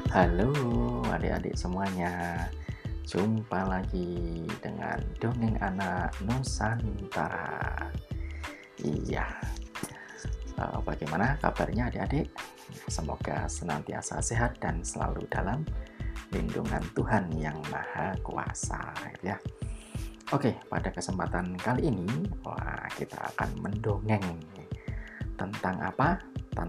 Halo adik-adik semuanya, jumpa lagi dengan Dongeng Anak Nusantara. Iya, bagaimana kabarnya adik-adik? Semoga senantiasa sehat dan selalu dalam lindungan Tuhan yang Maha Kuasa, gitu ya. Oke, pada kesempatan kali ini, kita akan mendongeng tentang apa?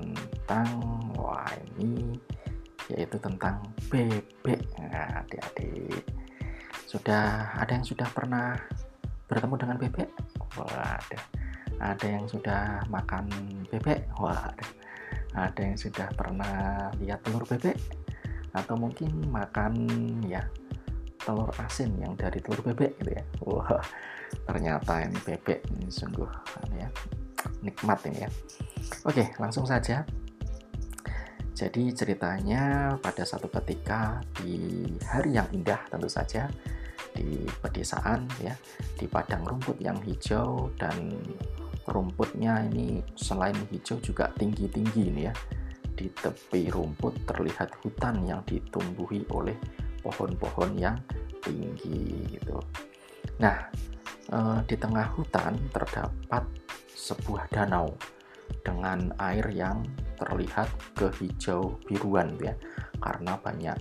Yaitu tentang bebek. Nah, adik-adik, ada yang sudah pernah bertemu dengan bebek? Ada yang sudah makan bebek? Ada yang sudah pernah lihat telur bebek? Atau mungkin makan telur asin yang dari telur bebek gitu ya. Ternyata ini bebek ini sungguh nikmat ini ya. Oke, langsung saja. Jadi ceritanya pada satu ketika di hari yang indah tentu saja di pedesaan ya, di padang rumput yang hijau, dan rumputnya ini selain hijau juga tinggi-tinggi ini ya. Di tepi rumput terlihat hutan yang ditumbuhi oleh pohon-pohon yang tinggi gitu. Nah, di tengah hutan terdapat sebuah danau dengan air yang terlihat kehijau biruan ya, karena banyak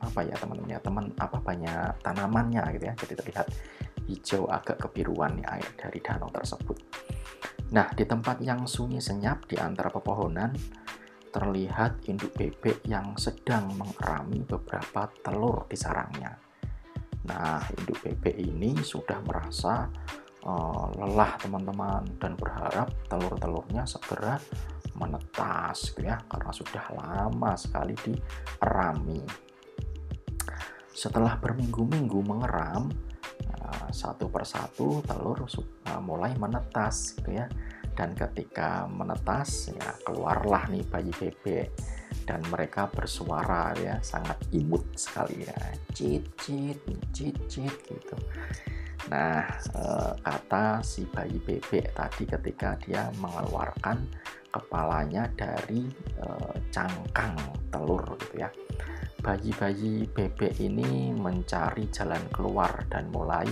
banyak tanamannya gitu ya, jadi terlihat hijau agak kebiruan air dari danau tersebut. Nah, di tempat yang sunyi senyap di antara pepohonan terlihat induk bebek yang sedang mengerami beberapa telur di sarangnya. Nah, induk bebek ini sudah merasa lelah teman-teman, dan berharap telur-telurnya segera menetas gitu ya, karena sudah lama sekali dierami. Setelah berminggu-minggu mengeram, satu persatu telur mulai menetas gitu ya. Dan ketika menetas ya, keluarlah nih bayi bebek, dan mereka bersuara ya sangat imut sekali ya, cit cit cit cit gitu. Nah, kata si bayi bebek tadi ketika dia mengeluarkan kepalanya dari cangkang telur gitu ya. Bayi-bayi bebek ini mencari jalan keluar dan mulai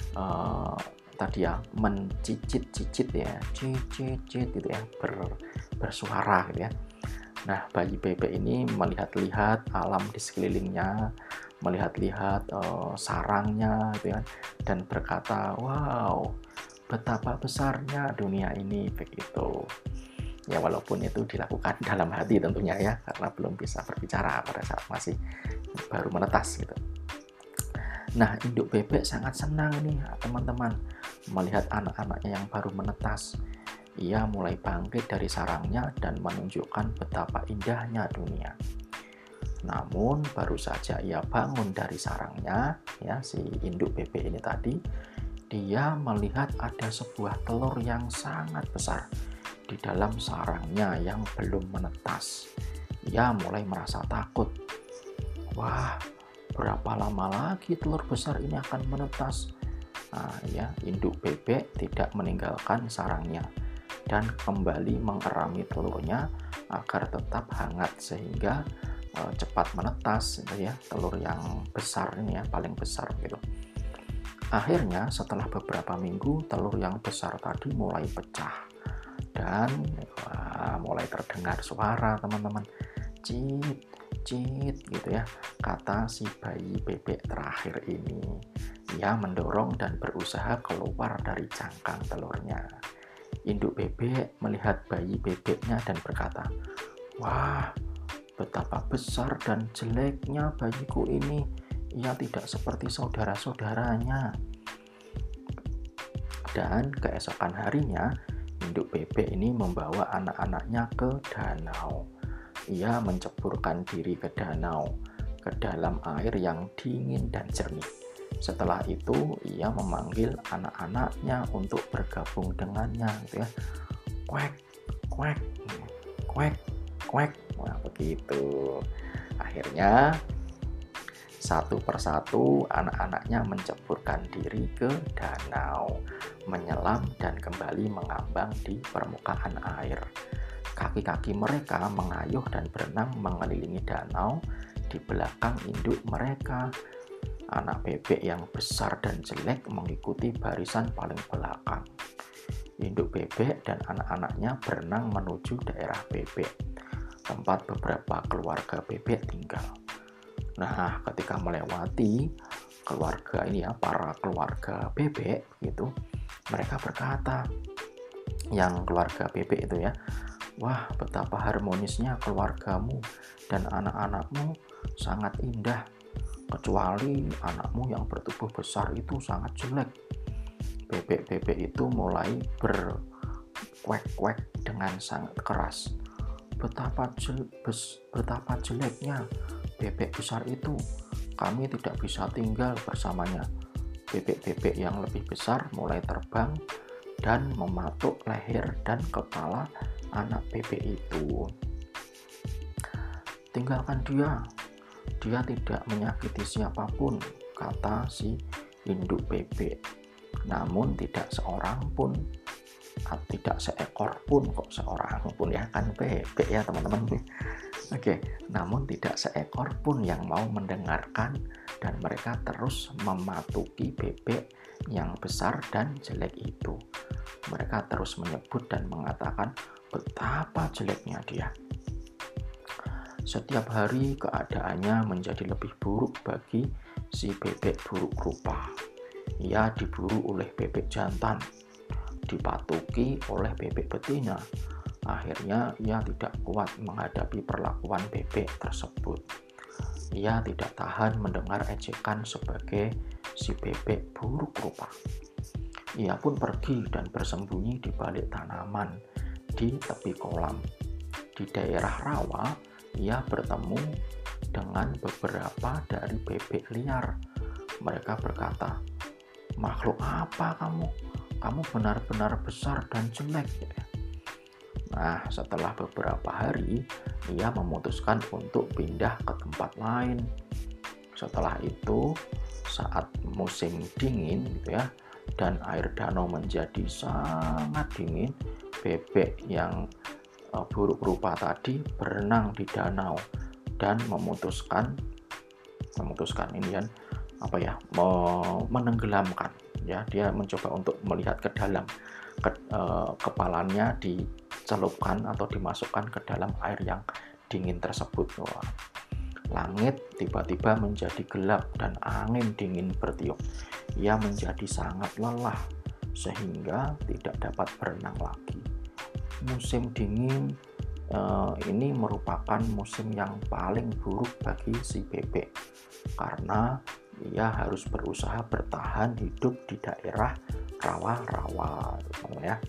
mencicit-cicit ya, cicit gitu ya, bersuara gitu ya. Nah, bayi bebek ini melihat-lihat alam di sekelilingnya, melihat-lihat sarangnya gitu kan, dan berkata, wow, betapa besarnya dunia ini, begitu ya. Walaupun itu dilakukan dalam hati tentunya ya, karena belum bisa berbicara pada saat masih baru menetas gitu. Nah, induk bebek sangat senang nih teman-teman melihat anak-anaknya yang baru menetas. Ia mulai bangkit dari sarangnya dan menunjukkan betapa indahnya dunia. Namun baru saja ia bangun dari sarangnya, ya, si induk bebek ini tadi, dia melihat ada sebuah telur yang sangat besar di dalam sarangnya yang belum menetas. Ia mulai merasa takut. Wah, berapa lama lagi telur besar ini akan menetas? Nah, ya, induk bebek tidak meninggalkan sarangnya dan kembali mengerami telurnya agar tetap hangat sehingga cepat menetas gitu ya, telur yang besar ini ya, paling besar gitu. Akhirnya setelah beberapa minggu telur yang besar tadi mulai pecah dan mulai terdengar suara teman-teman, cit cit gitu ya, kata si bayi bebek terakhir ini. Ia mendorong dan berusaha keluar dari cangkang telurnya. Induk bebek melihat bayi bebeknya dan berkata, wah, betapa besar dan jeleknya bayiku ini. Ia tidak seperti saudara-saudaranya. Dan keesokan harinya, induk bebek ini membawa anak-anaknya ke danau. Ia menceburkan diri ke danau, ke dalam air yang dingin dan jernih. Setelah itu, ia memanggil anak-anaknya untuk bergabung dengannya, gitu ya. Kuek, kuek, kuek, kuek. Wah, begitu. Akhirnya satu persatu anak-anaknya menceburkan diri ke danau, menyelam dan kembali mengambang di permukaan air. Kaki-kaki mereka mengayuh dan berenang mengelilingi danau di belakang induk mereka. Anak bebek yang besar dan jelek mengikuti barisan paling belakang. Induk bebek dan anak-anaknya berenang menuju daerah bebek, tempat beberapa keluarga bebek tinggal. Nah, ketika melewati keluarga ini ya, para keluarga bebek gitu, mereka berkata, yang keluarga bebek itu ya, "Wah, betapa harmonisnya keluargamu dan anak-anakmu, sangat indah. Kecuali anakmu yang bertubuh besar itu sangat jelek." Bebek-bebek itu mulai berkuek-kuek dengan sangat keras. Betapa jeleknya bebek besar itu. Kami tidak bisa tinggal bersamanya. Bebek-bebek yang lebih besar mulai terbang dan mematuk leher dan kepala anak bebek itu. "Tinggalkan dia. Dia tidak menyakiti siapapun," kata si induk bebek. Namun tidak seekor pun, kok seorang pun ya, kan bebek ya teman-teman. Oke, namun tidak seekor pun yang mau mendengarkan, dan mereka terus mematuki bebek yang besar dan jelek itu. Mereka terus menyebut dan mengatakan betapa jeleknya dia. Setiap hari keadaannya menjadi lebih buruk bagi si bebek buruk rupa. Ia diburu oleh bebek jantan, dipatuki oleh bebek betina. Akhirnya ia tidak kuat menghadapi perlakuan bebek tersebut. Ia tidak tahan mendengar ejekan sebagai si bebek buruk rupa. Ia pun pergi dan bersembunyi di balik tanaman di tepi kolam. Di daerah rawa, ia bertemu dengan beberapa dari bebek liar. Mereka berkata, "Makhluk apa kamu? Kamu benar-benar besar dan jelek." Nah, setelah beberapa hari, ia memutuskan untuk pindah ke tempat lain. Setelah itu, saat musim dingin gitu ya, dan air danau menjadi sangat dingin, bebek yang buruk rupa tadi berenang di danau dan memutuskan ini kan menenggelamkan ya. Dia mencoba untuk melihat ke dalam, kepalanya dicelupkan atau dimasukkan ke dalam air yang dingin tersebut. Wah. Langit tiba-tiba menjadi gelap dan angin dingin bertiup. Ia menjadi sangat lelah sehingga tidak dapat berenang lagi. Musim dingin ini merupakan musim yang paling buruk bagi si bebek karena ia harus berusaha bertahan hidup di daerah rawa-rawa ya.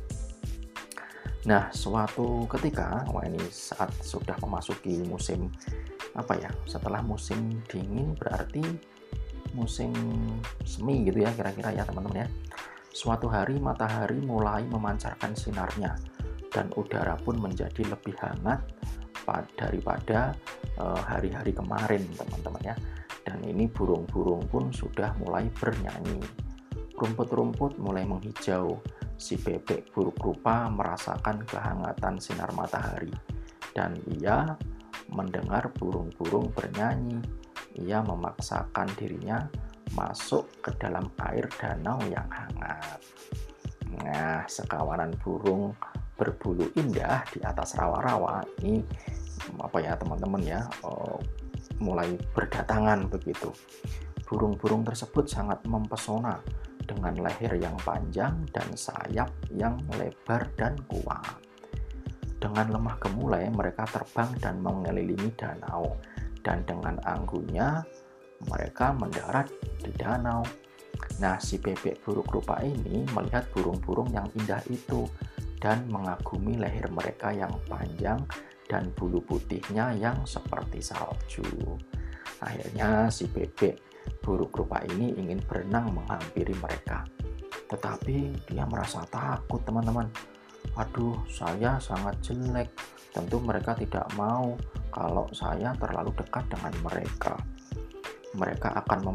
Nah, suatu ketika, ini saat sudah memasuki musim setelah musim dingin berarti musim semi gitu ya kira-kira ya teman-teman ya. Suatu hari matahari mulai memancarkan sinarnya dan udara pun menjadi lebih hangat daripada hari-hari kemarin teman-teman ya. Dan ini burung-burung pun sudah mulai bernyanyi. Rumput-rumput mulai menghijau. Si bebek buruk rupa merasakan kehangatan sinar matahari dan ia mendengar burung-burung bernyanyi. Ia memaksakan dirinya masuk ke dalam air danau yang hangat. Nah, sekawanan burung berbulu indah di atas rawa-rawa ini teman-teman ya, mulai berdatangan begitu. Burung-burung tersebut sangat mempesona dengan leher yang panjang dan sayap yang lebar dan kuat. Dengan lemah gemulai mereka terbang dan mengelilingi danau, dan dengan anggunnya mereka mendarat di danau. Nah, si bebek buruk rupa ini melihat burung-burung yang indah itu dan mengagumi leher mereka yang panjang dan bulu putihnya yang seperti salju. Akhirnya si bebek buruk rupa ini ingin berenang menghampiri mereka. Tetapi dia merasa takut teman-teman. "Aduh, saya sangat jelek. Tentu mereka tidak mau kalau saya terlalu dekat dengan mereka. Mereka akan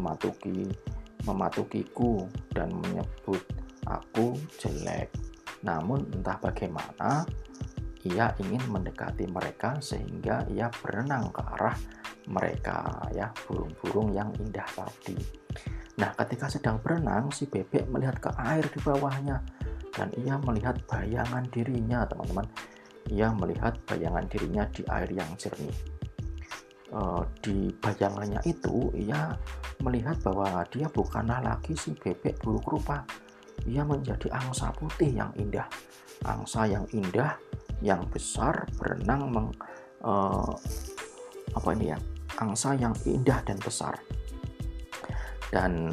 mematukiku dan menyebut aku jelek." Namun entah bagaimana, ia ingin mendekati mereka sehingga ia berenang ke arah mereka ya, burung-burung yang indah tadi. Nah, ketika sedang berenang, si bebek melihat ke air di bawahnya dan ia melihat bayangan dirinya, teman-teman. Ia melihat bayangan dirinya di air yang jernih. Di bayangannya itu ia melihat bahwa dia bukanlah lagi si bebek buruk rupa. Ia menjadi angsa putih yang indah. Angsa yang indah, yang besar, berenang angsa yang indah dan besar. Dan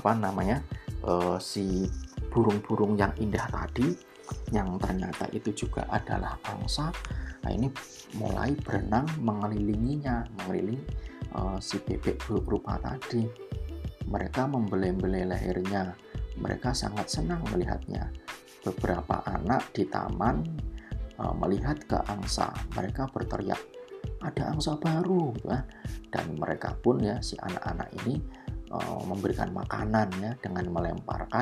si burung-burung yang indah tadi, yang ternyata itu juga adalah angsa, nah ini mulai berenang mengelilingi si bebek buruk rupa tadi. Mereka membelai-belai lehernya, mereka sangat senang melihatnya. Beberapa anak di taman melihat ke angsa, mereka berteriak, ada angsa baru ya. Dan mereka pun ya, si anak-anak ini memberikan makanan ya, dengan melemparkan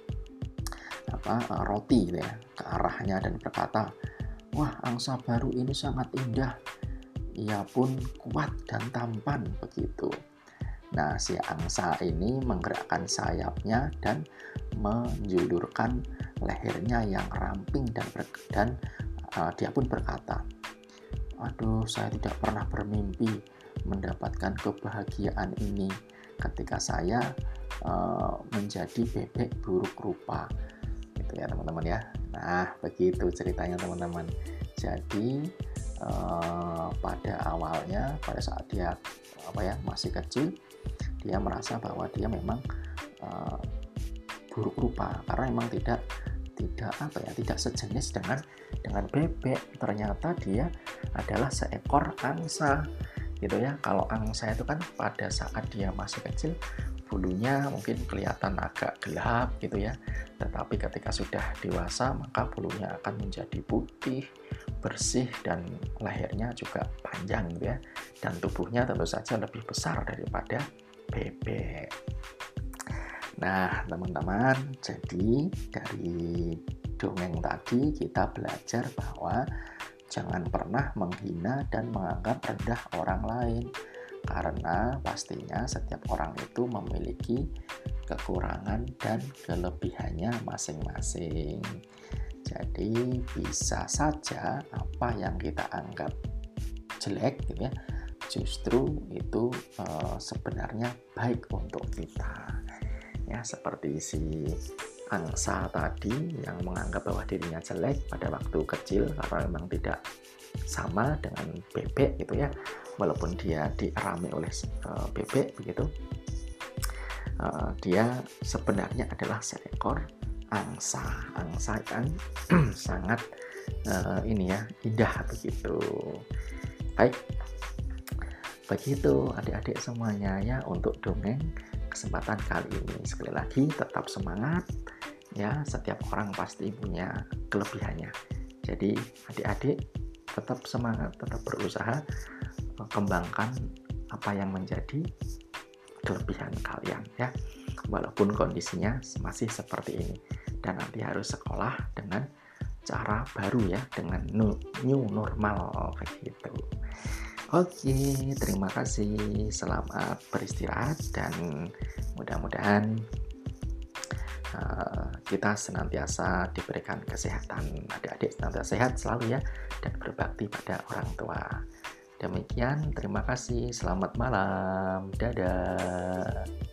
roti ya ke arahnya dan berkata, wah, angsa baru ini sangat indah, ia pun kuat dan tampan begitu. Nah, si angsa ini menggerakkan sayapnya dan menjulurkan lehernya yang ramping dan dia pun berkata, aduh, saya tidak pernah bermimpi mendapatkan kebahagiaan ini ketika saya menjadi bebek buruk rupa, gitu ya teman-teman ya. Nah, begitu ceritanya teman-teman. Jadi pada awalnya, pada saat dia masih kecil, dia merasa bahwa dia memang buruk rupa karena memang tidak sejenis dengan bebek. Ternyata dia adalah seekor angsa gitu ya. Kalau angsa itu kan pada saat dia masih kecil bulunya mungkin kelihatan agak gelap gitu ya, tetapi ketika sudah dewasa maka bulunya akan menjadi putih, bersih, dan lehernya juga panjang gitu ya, dan tubuhnya tentu saja lebih besar daripada bebek. Nah teman-teman, jadi dari dongeng tadi kita belajar bahwa jangan pernah menghina dan menganggap rendah orang lain, karena pastinya setiap orang itu memiliki kekurangan dan kelebihannya masing-masing. Jadi bisa saja apa yang kita anggap jelek gitu ya, justru itu sebenarnya baik untuk kita. Ya, seperti si angsa tadi yang menganggap bahwa dirinya jelek pada waktu kecil karena memang tidak sama dengan bebek gitu ya, walaupun dia dirami oleh bebek begitu, dia sebenarnya adalah seekor angsa yang sangat indah begitu. Baik, begitu adik-adik semuanya ya untuk dongeng kesempatan kali ini. Sekali lagi tetap semangat ya, setiap orang pasti punya kelebihannya. Jadi adik-adik tetap semangat, tetap berusaha kembangkan apa yang menjadi kelebihan kalian ya, walaupun kondisinya masih seperti ini, dan nanti harus sekolah dengan cara baru ya, dengan new normal begitu. Oke, terima kasih, selamat beristirahat, dan mudah-mudahan kita senantiasa diberikan kesehatan, adik-adik senantiasa sehat selalu ya, dan berbakti pada orang tua. Demikian, terima kasih, selamat malam, dadah.